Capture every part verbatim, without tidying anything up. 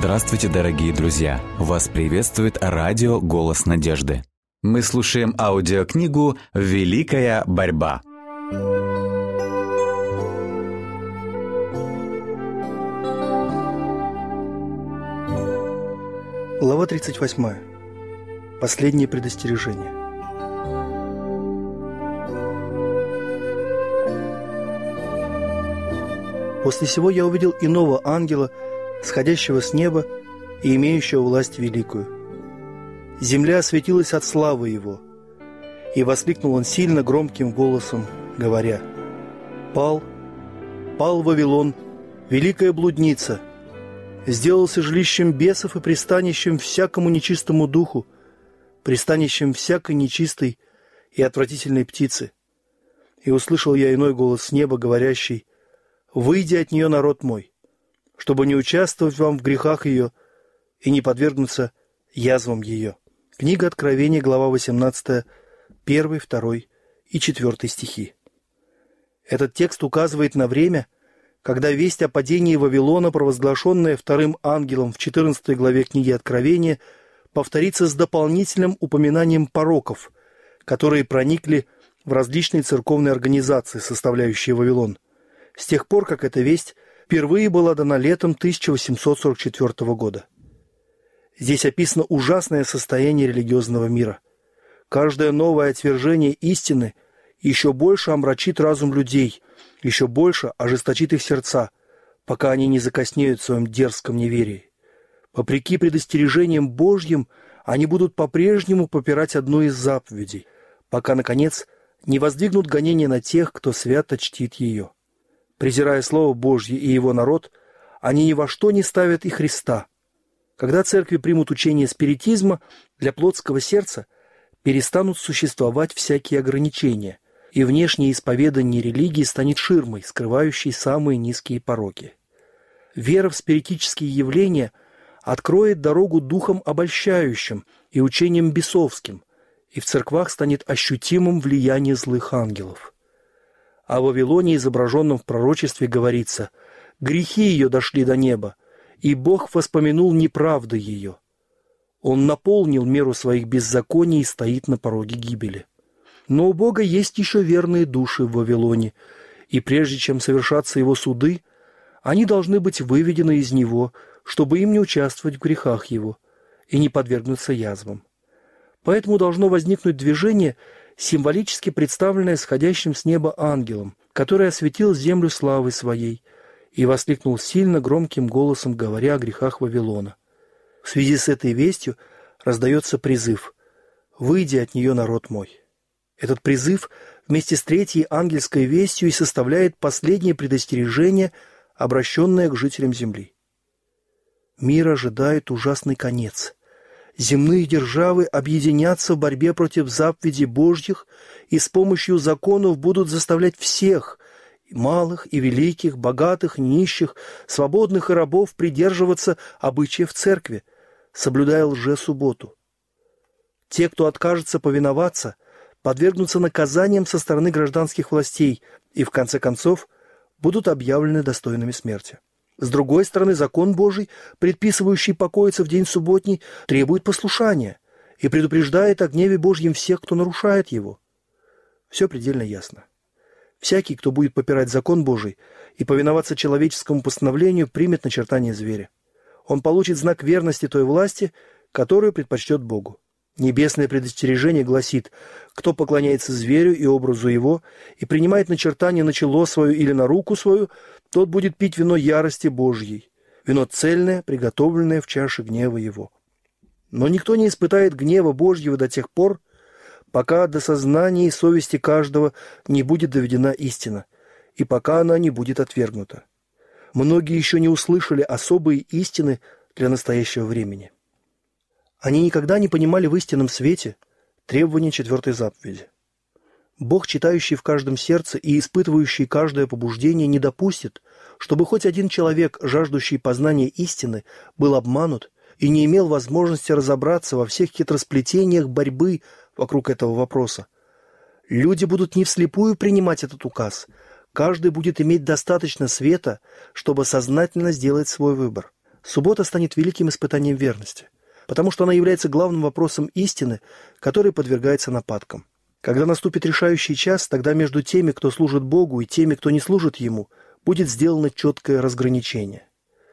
Здравствуйте, дорогие друзья! Вас приветствует радио «Голос надежды». Мы слушаем аудиокнигу «Великая борьба». Глава тридцать восьмая. Последнее предостережение. После сего я увидел иного ангела, сходящего с неба и имеющего власть великую. Земля осветилась от славы его, и воскликнул он сильно громким голосом, говоря: «Пал, пал Вавилон, великая блудница, сделался жилищем бесов и пристанищем всякому нечистому духу, пристанищем всякой нечистой и отвратительной птицы. И услышал я иной голос с неба, говорящий: «Выйди от нее, народ мой, чтобы не участвовать вам в грехах ее и не подвергнуться язвам ее». Книга Откровения, глава восемнадцатая, первый, второй и четвертый стихи. Этот текст указывает на время, когда весть о падении Вавилона, провозглашенная вторым ангелом в четырнадцатой главе книги Откровения, повторится с дополнительным упоминанием пороков, которые проникли в различные церковные организации, составляющие Вавилон, с тех пор, как эта весть впервые была дана летом тысяча восемьсот сорок четвёртого года. Здесь описано ужасное состояние религиозного мира. Каждое новое отвержение истины еще больше омрачит разум людей, еще больше ожесточит их сердца, пока они не закоснеют в своем дерзком неверии. Вопреки предостережениям Божьим, они будут по-прежнему попирать одну из заповедей, пока, наконец, не воздвигнут гонения на тех, кто свято чтит ее. Презирая Слово Божье и его народ, они ни во что не ставят и Христа. Когда церкви примут учение спиритизма, для плотского сердца перестанут существовать всякие ограничения, и внешнее исповедание религии станет ширмой, скрывающей самые низкие пороки. Вера в спиритические явления откроет дорогу духам обольщающим и учениям бесовским, и в церквах станет ощутимым влияние злых ангелов. О Вавилоне, изображенном в пророчестве, говорится: «Грехи ее дошли до неба, и Бог воспомянул неправды ее. Он наполнил меру своих беззаконий и стоит на пороге гибели». Но у Бога есть еще верные души в Вавилоне, и прежде чем совершатся его суды, они должны быть выведены из него, чтобы им не участвовать в грехах его и не подвергнуться язвам. Поэтому должно возникнуть движение, символически представленное сходящим с неба ангелом, который осветил землю славой своей и воскликнул сильно громким голосом, говоря о грехах Вавилона. В связи с этой вестью раздается призыв: «Выйди от нее, народ мой». Этот призыв вместе с третьей ангельской вестью и составляет последнее предостережение, обращенное к жителям земли. Мир ожидает ужасный конец. Земные державы объединятся в борьбе против заповедей Божьих и с помощью законов будут заставлять всех, и малых и великих, богатых и нищих, свободных и рабов, придерживаться обычаев церкви, соблюдая лже-субботу. Те, кто откажется повиноваться, подвергнутся наказаниям со стороны гражданских властей и, в конце концов, будут объявлены достойными смерти. С другой стороны, закон Божий, предписывающий покоиться в день субботний, требует послушания и предупреждает о гневе Божьем всех, кто нарушает его. Все предельно ясно. Всякий, кто будет попирать закон Божий и повиноваться человеческому постановлению, примет начертание зверя. Он получит знак верности той власти, которую предпочтет Богу. Небесное предостережение гласит: кто поклоняется зверю и образу его и принимает начертание на чело свое или на руку свою, тот будет пить вино ярости Божьей, вино цельное, приготовленное в чаше гнева его. Но никто не испытает гнева Божьего до тех пор, пока до сознания и совести каждого не будет доведена истина, и пока она не будет отвергнута. Многие еще не услышали особые истины для настоящего времени. Они никогда не понимали в истинном свете требования четвертой заповеди. Бог, читающий в каждом сердце и испытывающий каждое побуждение, не допустит, чтобы хоть один человек, жаждущий познания истины, был обманут и не имел возможности разобраться во всех хитросплетениях борьбы вокруг этого вопроса. Люди будут не вслепую принимать этот указ. Каждый будет иметь достаточно света, чтобы сознательно сделать свой выбор. Суббота станет великим испытанием верности, потому что она является главным вопросом истины, который подвергается нападкам. Когда наступит решающий час, тогда между теми, кто служит Богу, и теми, кто не служит Ему, будет сделано четкое разграничение.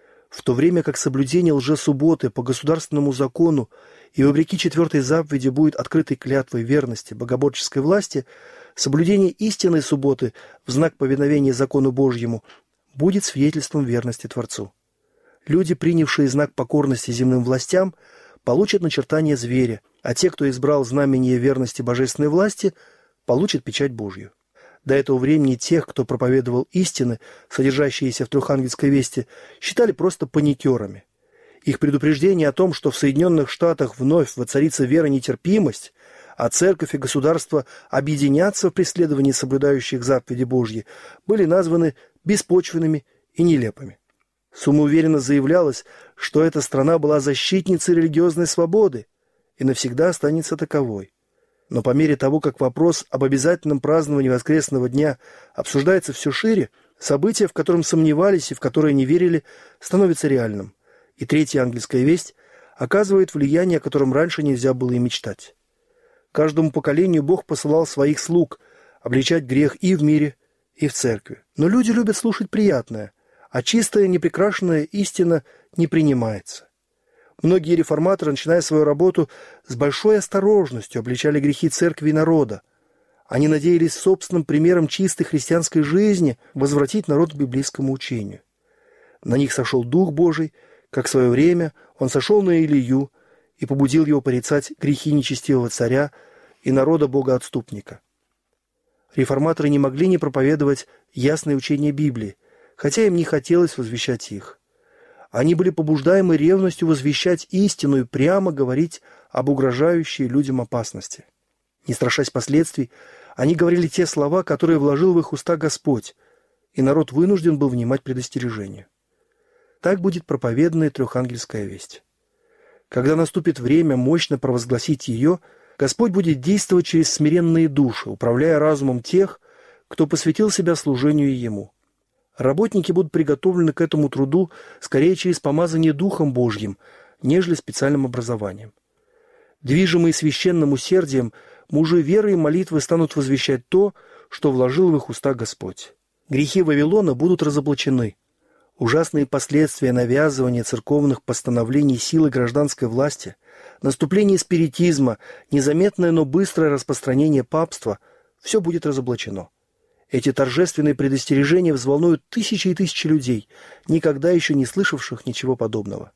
В то время как соблюдение лжесубботы по государственному закону и вопреки четвертой заповеди будет открытой клятвой верности богоборческой власти, соблюдение истинной субботы в знак повиновения закону Божьему будет свидетельством верности Творцу. Люди, принявшие знак покорности земным властям, получат начертание зверя, а те, кто избрал знамение верности божественной власти, получат печать Божью. До этого времени тех, кто проповедовал истины, содержащиеся в трехангельской вести, считали просто паникерами. Их предупреждение о том, что в Соединенных Штатах вновь воцарится веронетерпимость, а церковь и государство объединятся в преследовании соблюдающих заповеди Божьи, были названы беспочвенными и нелепыми. Самоуверенно заявлялось, что эта страна была защитницей религиозной свободы и навсегда останется таковой. Но по мере того, как вопрос об обязательном праздновании воскресного дня обсуждается все шире, событие, в котором сомневались и в которое не верили, становится реальным. И третья ангельская весть оказывает влияние, о котором раньше нельзя было и мечтать. Каждому поколению Бог посылал своих слуг обличать грех и в мире, и в церкви. Но люди любят слушать приятное, а чистая, неприкрашенная истина не принимается. Многие реформаторы, начиная свою работу, с большой осторожностью обличали грехи церкви и народа. Они надеялись собственным примером чистой христианской жизни возвратить народ к библейскому учению. На них сошел Дух Божий, как в свое время он сошел на Илию и побудил его порицать грехи нечестивого царя и народа богоотступника. Реформаторы не могли не проповедовать ясное учение Библии, хотя им не хотелось возвещать их. Они были побуждаемы ревностью возвещать истину и прямо говорить об угрожающей людям опасности. Не страшась последствий, они говорили те слова, которые вложил в их уста Господь, и народ вынужден был внимать предостережению. Так будет проповедана и трехангельская весть. Когда наступит время мощно провозгласить ее, Господь будет действовать через смиренные души, управляя разумом тех, кто посвятил себя служению Ему. Работники будут приготовлены к этому труду скорее через помазание Духом Божьим, нежели специальным образованием. Движимые священным усердием, мужи веры и молитвы станут возвещать то, что вложил в их уста Господь. Грехи Вавилона будут разоблачены. Ужасные последствия навязывания церковных постановлений силы гражданской власти, наступление спиритизма, незаметное, но быстрое распространение папства – все будет разоблачено. Эти торжественные предостережения взволнуют тысячи и тысячи людей, никогда еще не слышавших ничего подобного.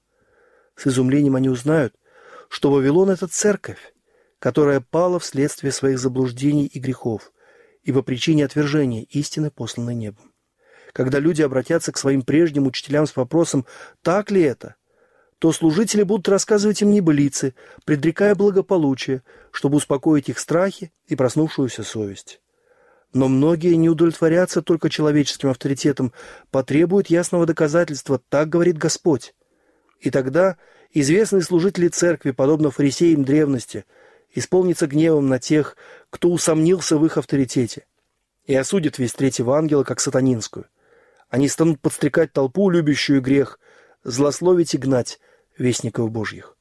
С изумлением они узнают, что Вавилон – это церковь, которая пала вследствие своих заблуждений и грехов и по причине отвержения истины, посланной небом. Когда люди обратятся к своим прежним учителям с вопросом «так ли это?», то служители будут рассказывать им небылицы, предрекая благополучие, чтобы успокоить их страхи и проснувшуюся совесть. Но многие не удовлетворятся только человеческим авторитетом, потребуют ясного доказательства, так говорит Господь. И тогда известные служители церкви, подобно фарисеям древности, исполнятся гневом на тех, кто усомнился в их авторитете, и осудят весть третьего ангела как сатанинскую. Они станут подстрекать толпу, любящую грех, злословить и гнать вестников Божьих.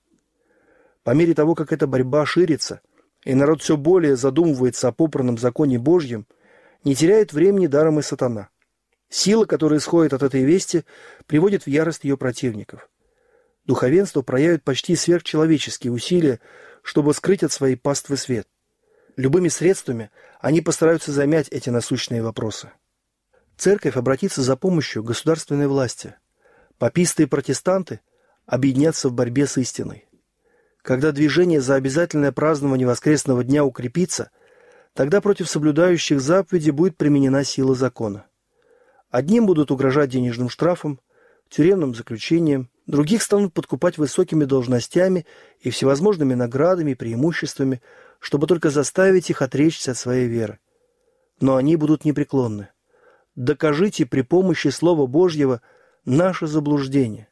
По мере того, как эта борьба ширится, и народ все более задумывается о попранном законе Божьем, не теряет времени даром и сатана. Сила, которая исходит от этой вести, приводит в ярость ее противников. Духовенство проявит почти сверхчеловеческие усилия, чтобы скрыть от своей паствы свет. Любыми средствами они постараются замять эти насущные вопросы. Церковь обратится за помощью к государственной власти. Паписты и протестанты объединятся в борьбе с истиной. Когда движение за обязательное празднование воскресного дня укрепится, тогда против соблюдающих заповеди будет применена сила закона. Одним будут угрожать денежным штрафом, тюремным заключением, других станут подкупать высокими должностями и всевозможными наградами и преимуществами, чтобы только заставить их отречься от своей веры. Но они будут непреклонны. Докажите при помощи Слова Божьего наше заблуждение.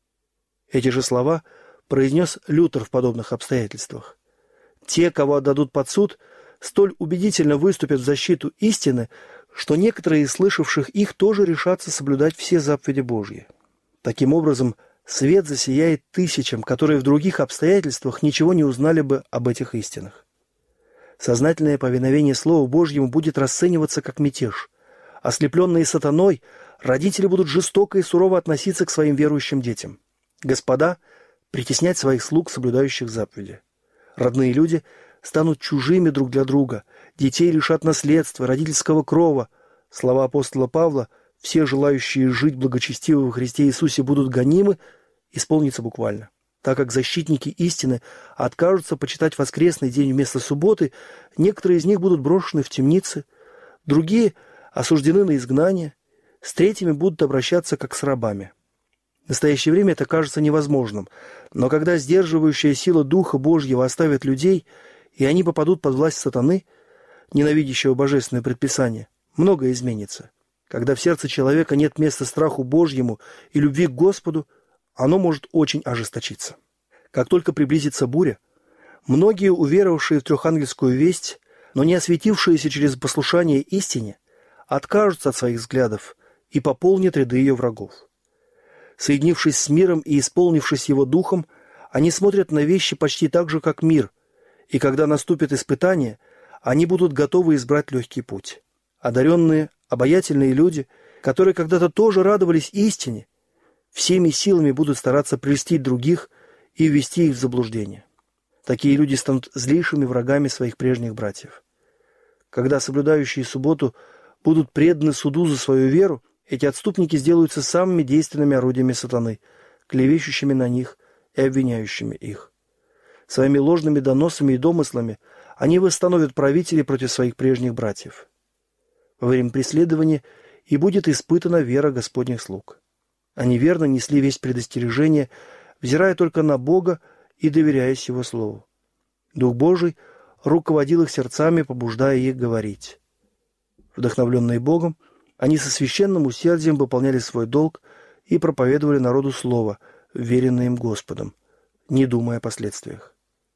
Эти же слова произнес Лютер в подобных обстоятельствах. Те, кого отдадут под суд, столь убедительно выступят в защиту истины, что некоторые из слышавших их тоже решатся соблюдать все заповеди Божьи. Таким образом, свет засияет тысячам, которые в других обстоятельствах ничего не узнали бы об этих истинах. Сознательное повиновение Слову Божьему будет расцениваться как мятеж. Ослепленные сатаной, родители будут жестоко и сурово относиться к своим верующим детям. Господа притеснять своих слуг, соблюдающих заповеди. Родные люди станут чужими друг для друга, детей лишат наследства, родительского крова. Слова апостола Павла «все желающие жить благочестиво во Христе Иисусе будут гонимы» исполнится буквально. Так как защитники истины откажутся почитать воскресный день вместо субботы, некоторые из них будут брошены в темницы, другие осуждены на изгнание, с третьими будут обращаться как с рабами. В настоящее время это кажется невозможным, но когда сдерживающая сила Духа Божьего оставит людей, и они попадут под власть сатаны, ненавидящего божественное предписание, многое изменится. Когда в сердце человека нет места страху Божьему и любви к Господу, оно может очень ожесточиться. Как только приблизится буря, многие, уверовавшие в трехангельскую весть, но не осветившиеся через послушание истине, откажутся от своих взглядов и пополнят ряды ее врагов. Соединившись с миром и исполнившись его духом, они смотрят на вещи почти так же, как мир, и когда наступит испытание, они будут готовы избрать легкий путь. Одаренные, обаятельные люди, которые когда-то тоже радовались истине, всеми силами будут стараться прельстить других и ввести их в заблуждение. Такие люди станут злейшими врагами своих прежних братьев. Когда соблюдающие субботу будут преданы суду за свою веру, эти отступники сделаются самыми действенными орудиями сатаны, клевещущими на них и обвиняющими их. Своими ложными доносами и домыслами они восстановят правителей против своих прежних братьев. Во время преследования и будет испытана вера Господних слуг. Они верно несли весть предостережения, взирая только на Бога и доверяясь Его Слову. Дух Божий руководил их сердцами, побуждая их говорить. Вдохновленные Богом, они со священным усердием выполняли свой долг и проповедовали народу Слово, веренное им Господом, не думая о последствиях.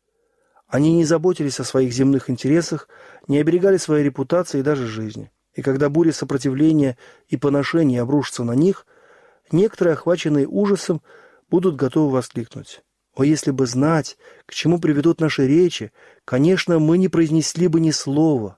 Они не заботились о своих земных интересах, не оберегали своей репутации и даже жизни. И когда буря сопротивления и поношения обрушатся на них, некоторые, охваченные ужасом, будут готовы воскликнуть: «О, если бы знать, к чему приведут наши речи, конечно, мы не произнесли бы ни слова».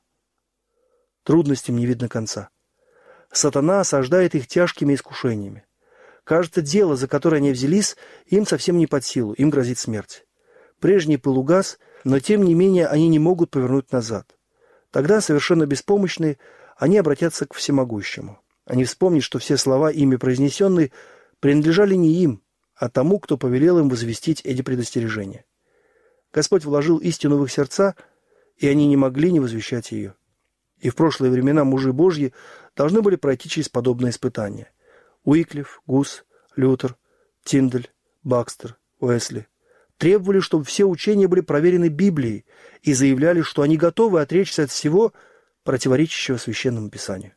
Трудностям не видно конца. Сатана осаждает их тяжкими искушениями. Кажется, дело, за которое они взялись, им совсем не под силу, им грозит смерть. Прежний пыл угас, но тем не менее они не могут повернуть назад. Тогда, совершенно беспомощные, они обратятся к Всемогущему. Они вспомнят, что все слова, ими произнесенные, принадлежали не им, а тому, кто повелел им возвестить эти предостережения. Господь вложил истину в их сердца, и они не могли не возвещать ее. И в прошлые времена мужи Божьи должны были пройти через подобные испытания. Уиклиф, Гус, Лютер, Тиндель, Бакстер, Уэсли требовали, чтобы все учения были проверены Библией, и заявляли, что они готовы отречься от всего, противоречащего Священному Писанию.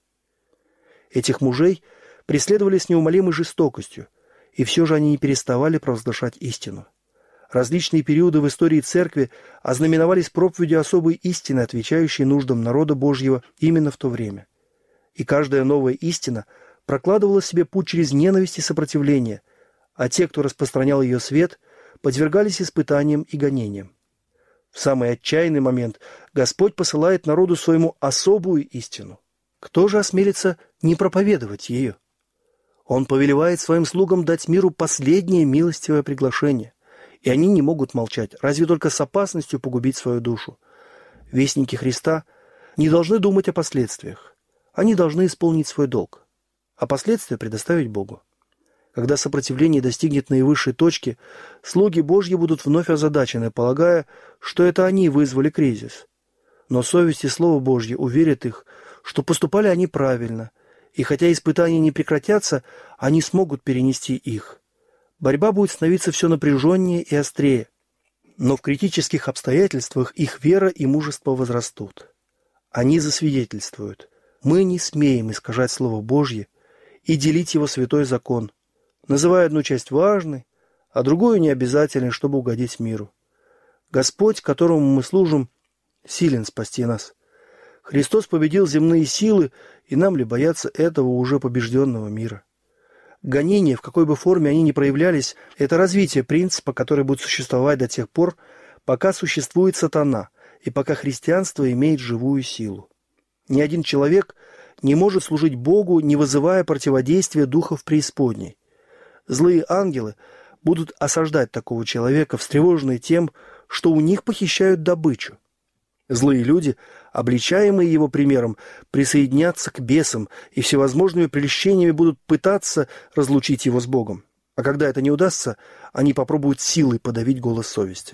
Этих мужей преследовали с неумолимой жестокостью, и все же они не переставали провозглашать истину. Различные периоды в истории Церкви ознаменовались проповедью особой истины, отвечающей нуждам народа Божьего именно в то время. И каждая новая истина прокладывала себе путь через ненависть и сопротивление, а те, кто распространял ее свет, подвергались испытаниям и гонениям. В самый отчаянный момент Господь посылает народу своему особую истину. Кто же осмелится не проповедовать ее? Он повелевает своим слугам дать миру последнее милостивое приглашение, и они не могут молчать, разве только с опасностью погубить свою душу. Вестники Христа не должны думать о последствиях. Они должны исполнить свой долг, а последствия предоставить Богу. Когда сопротивление достигнет наивысшей точки, слуги Божьи будут вновь озадачены, полагая, что это они вызвали кризис. Но совесть и Слово Божье уверят их, что поступали они правильно, и хотя испытания не прекратятся, они смогут перенести их. Борьба будет становиться все напряженнее и острее, но в критических обстоятельствах их вера и мужество возрастут. Они засвидетельствуют: мы не смеем искажать Слово Божье и делить его святой закон, называя одну часть важной, а другую необязательной, чтобы угодить миру. Господь, которому мы служим, силен спасти нас. Христос победил земные силы, и нам ли бояться этого уже побежденного мира? Гонения, в какой бы форме они ни проявлялись, это развитие принципа, который будет существовать до тех пор, пока существует сатана и пока христианство имеет живую силу. Ни один человек не может служить Богу, не вызывая противодействия духов преисподней. Злые ангелы будут осаждать такого человека, встревоженные тем, что у них похищают добычу. Злые люди, обличаемые его примером, присоединятся к бесам и всевозможными прельщениями будут пытаться разлучить его с Богом. А когда это не удастся, они попробуют силой подавить голос совести.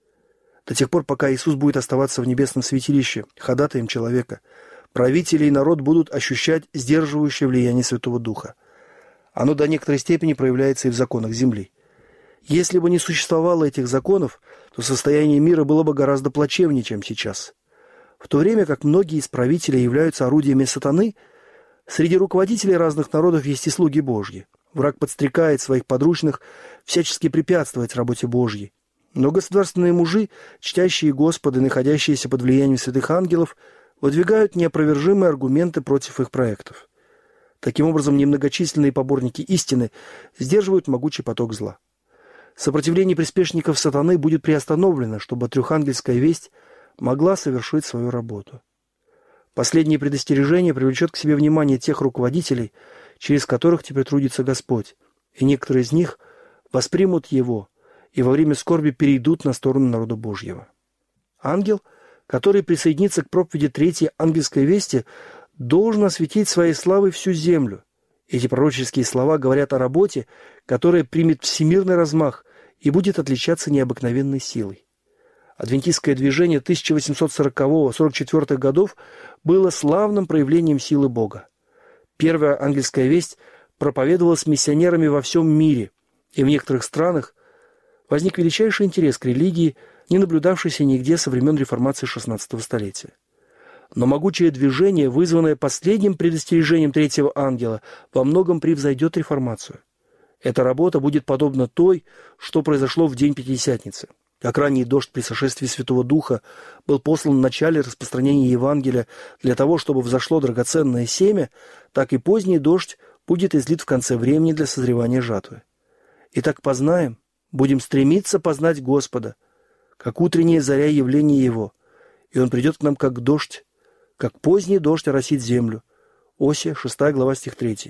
До тех пор, пока Иисус будет оставаться в небесном святилище, ходатаем человека, правители и народ будут ощущать сдерживающее влияние Святого Духа. Оно до некоторой степени проявляется и в законах земли. Если бы не существовало этих законов, то состояние мира было бы гораздо плачевнее, чем сейчас. В то время как многие из правителей являются орудиями сатаны, среди руководителей разных народов есть и слуги Божьи. Враг подстрекает своих подручных всячески препятствовать работе Божьей. Но государственные мужи, чтящие Господа, находящиеся под влиянием святых ангелов, выдвигают неопровержимые аргументы против их проектов. Таким образом, немногочисленные поборники истины сдерживают могучий поток зла. Сопротивление приспешников сатаны будет приостановлено, чтобы трехангельская весть могла совершить свою работу. Последнее предостережение привлечет к себе внимание тех руководителей, через которых теперь трудится Господь, и некоторые из них воспримут его и во время скорби перейдут на сторону народа Божьего. Ангел, который присоединится к проповеди третьей ангельской вести, должен осветить своей славой всю землю. Эти пророческие слова говорят о работе, которая примет всемирный размах и будет отличаться необыкновенной силой. Адвентистское движение тысяча восемьсот сорокового — сорок четвёртых годов было славным проявлением силы Бога. Первая ангельская весть проповедовалась миссионерами во всем мире, и в некоторых странах возник величайший интерес к религии, не наблюдавшийся нигде со времен реформации шестнадцатого столетия. Но могучее движение, вызванное последним предостережением третьего ангела, во многом превзойдет реформацию. Эта работа будет подобна той, что произошло в день Пятидесятницы. Как ранний дождь при сошествии Святого Духа был послан в начале распространения Евангелия для того, чтобы взошло драгоценное семя, так и поздний дождь будет излит в конце времени для созревания жатвы. Итак, познаем, будем стремиться познать Господа, как утренняя заря явления Его, и Он придет к нам как дождь, как поздний дождь оросит землю. Осия, шестая глава, стих третий.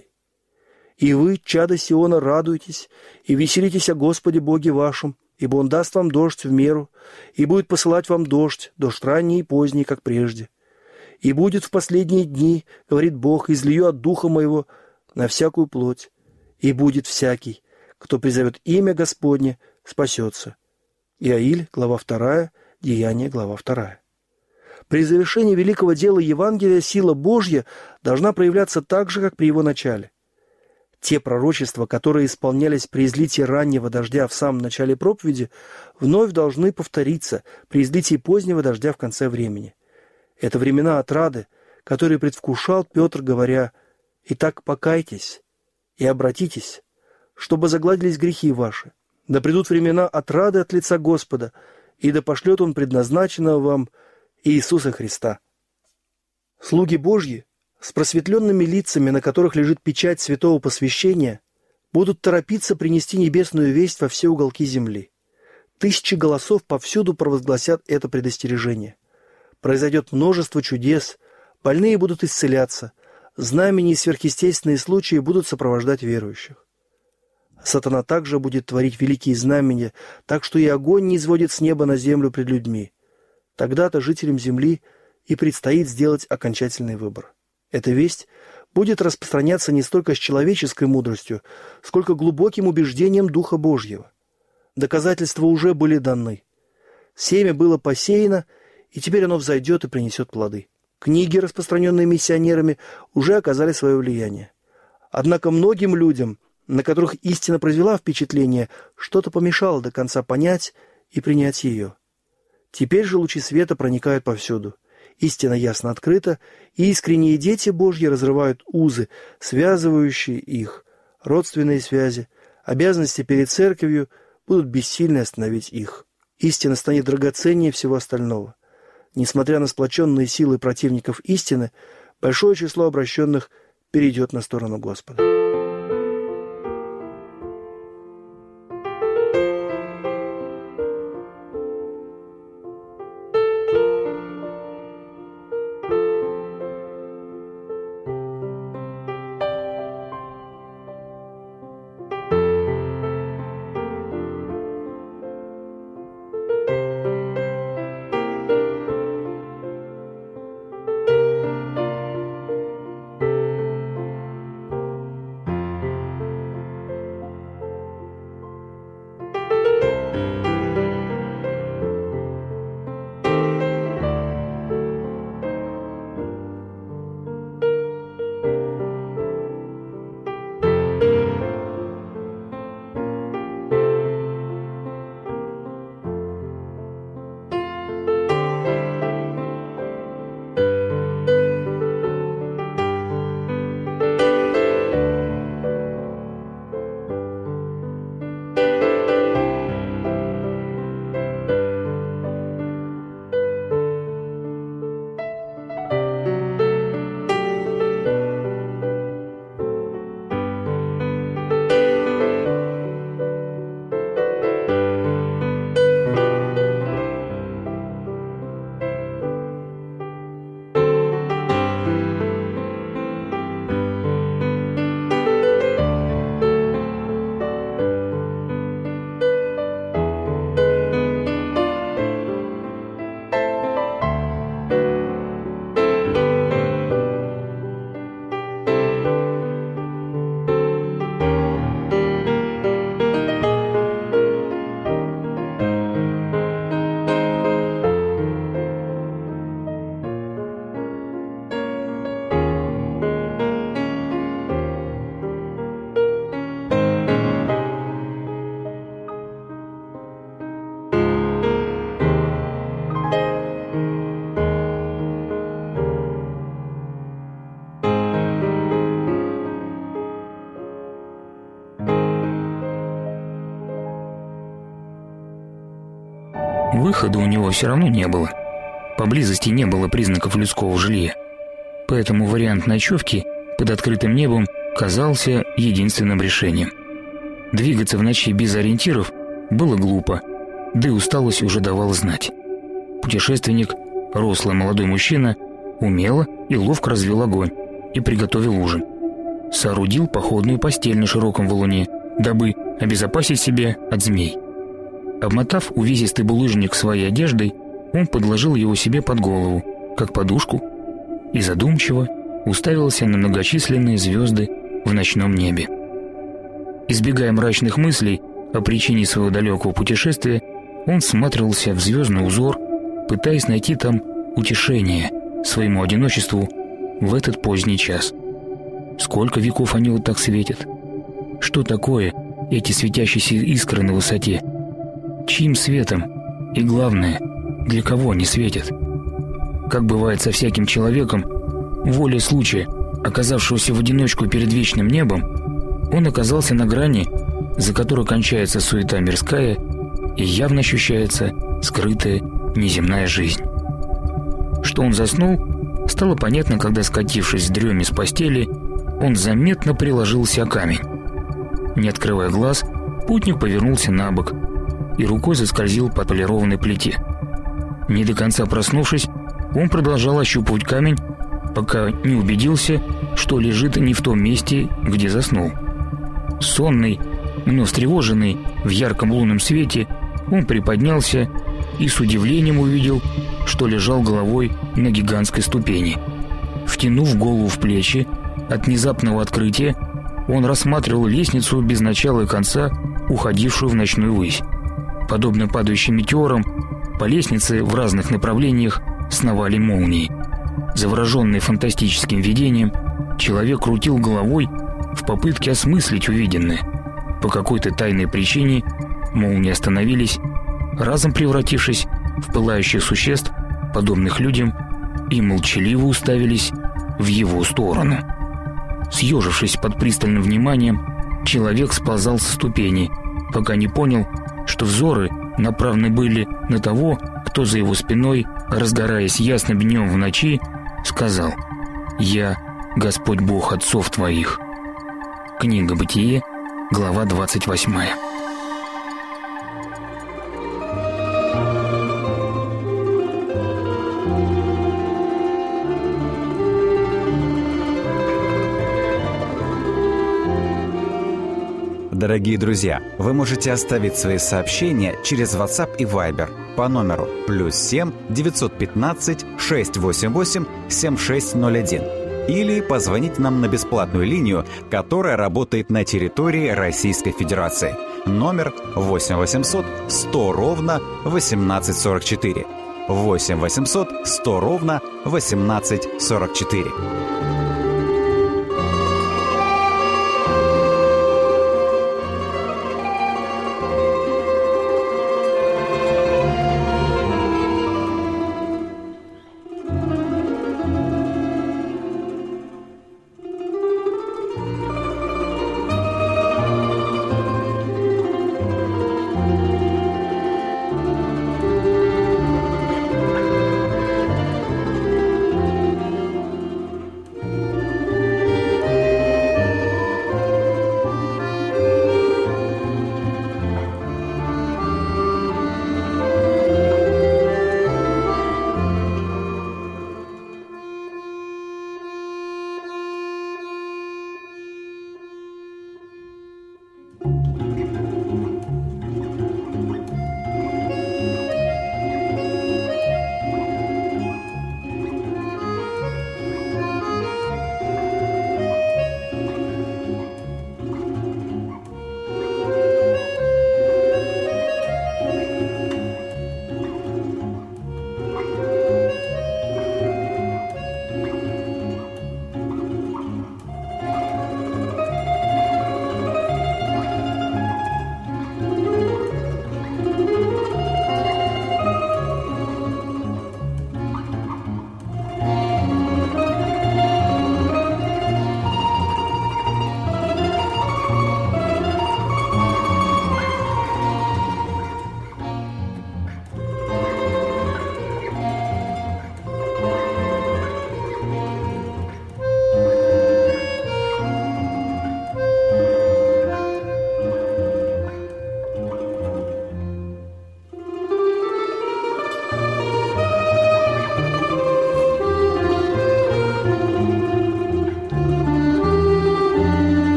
«И вы, чада Сиона, радуйтесь и веселитесь о Господе Боге вашем, ибо Он даст вам дождь в меру, и будет посылать вам дождь, дождь ранний и поздний, как прежде. И будет в последние дни, говорит Бог, излию от Духа Моего на всякую плоть, и будет всякий, кто призовет имя Господне, спасется». Иаиль, глава вторая, Деяния, глава вторая. При завершении великого дела Евангелия сила Божья должна проявляться так же, как при его начале. Те пророчества, которые исполнялись при излитии раннего дождя в самом начале проповеди, вновь должны повториться при излитии позднего дождя в конце времени. Это времена отрады, которые предвкушал Петр, говоря: «Итак, покайтесь и обратитесь, чтобы загладились грехи ваши. Да придут времена отрады от лица Господа, и да пошлет Он предназначенного вам Иисуса Христа». Слуги Божьи с просветленными лицами, на которых лежит печать святого посвящения, будут торопиться принести небесную весть во все уголки земли. Тысячи голосов повсюду провозгласят это предостережение. Произойдет множество чудес, больные будут исцеляться, знамения и сверхъестественные случаи будут сопровождать верующих. Сатана также будет творить великие знамения, так что и огонь не изводит с неба на землю пред людьми. Тогда-то жителям земли и предстоит сделать окончательный выбор. Эта весть будет распространяться не столько с человеческой мудростью, сколько глубоким убеждением Духа Божьего. Доказательства уже были даны. Семя было посеяно, и теперь оно взойдет и принесет плоды. Книги, распространенные миссионерами, уже оказали свое влияние. Однако многим людям, на которых истина произвела впечатление, что-то помешало до конца понять и принять ее. Теперь же лучи света проникают повсюду. Истина ясно открыта, и искренние дети Божьи разрывают узы, связывающие их. Родственные связи, обязанности перед церковью будут бессильны остановить их. Истина станет драгоценнее всего остального. Несмотря на сплоченные силы противников истины, большое число обращенных перейдет на сторону Господа. Выхода у него все равно не было. Поблизости не было признаков людского жилья. Поэтому вариант ночевки под открытым небом казался единственным решением. Двигаться в ночи без ориентиров было глупо, да и усталость уже давала знать. Путешественник, рослый молодой мужчина, умело и ловко развел огонь и приготовил ужин. Соорудил походную постель на широком валуне, дабы обезопасить себя от змей. Обмотав увесистый булыжник своей одеждой, он подложил его себе под голову, как подушку, и задумчиво уставился на многочисленные звезды в ночном небе. Избегая мрачных мыслей о причине своего далекого путешествия, он всматривался в звездный узор, пытаясь найти там утешение своему одиночеству в этот поздний час. Сколько веков они вот так светят? Что такое эти светящиеся искры на высоте? Чьим светом? И главное, для кого они светят? Как бывает со всяким человеком, волей случая, оказавшегося в одиночку перед вечным небом, он оказался на грани, за которой кончается суета мирская и явно ощущается скрытая неземная жизнь. Что он заснул, стало понятно, когда, скатившись в дреме с постели, он заметно приложился о камень. Не открывая глаз, путник повернулся на бок и рукой заскользил по полированной плите. Не до конца проснувшись, он продолжал ощупывать камень, пока не убедился, что лежит не в том месте, где заснул. Сонный, но встревоженный в ярком лунном свете, он приподнялся и с удивлением увидел, что лежал головой на гигантской ступени. Втянув голову в плечи, от внезапного открытия он рассматривал лестницу без начала и конца, уходившую в ночную высь. Подобно падающим метеорам, по лестнице в разных направлениях сновали молнии. Завороженный фантастическим видением, человек крутил головой в попытке осмыслить увиденное. По какой-то тайной причине молнии остановились, разом превратившись в пылающих существ, подобных людям, и молчаливо уставились в его сторону. Съежившись под пристальным вниманием, человек сползал со ступени, пока не понял, что взоры направлены были на того, кто за его спиной, разгораясь ясным днем в ночи, сказал: «Я Господь Бог отцов твоих». Книга Бытие, глава двадцать восьмая. Дорогие друзья, вы можете оставить свои сообщения через WhatsApp и Viber по номеру плюс семь девятьсот пятнадцать шестьсот восемьдесят восемь семьдесят шесть ноль один или позвонить нам на бесплатную линию, которая работает на территории Российской Федерации. Номер восемь восемьсот сто ровно восемнадцать сорок четыре. восемь восемьсот сто ровно восемнадцать сорок четыре.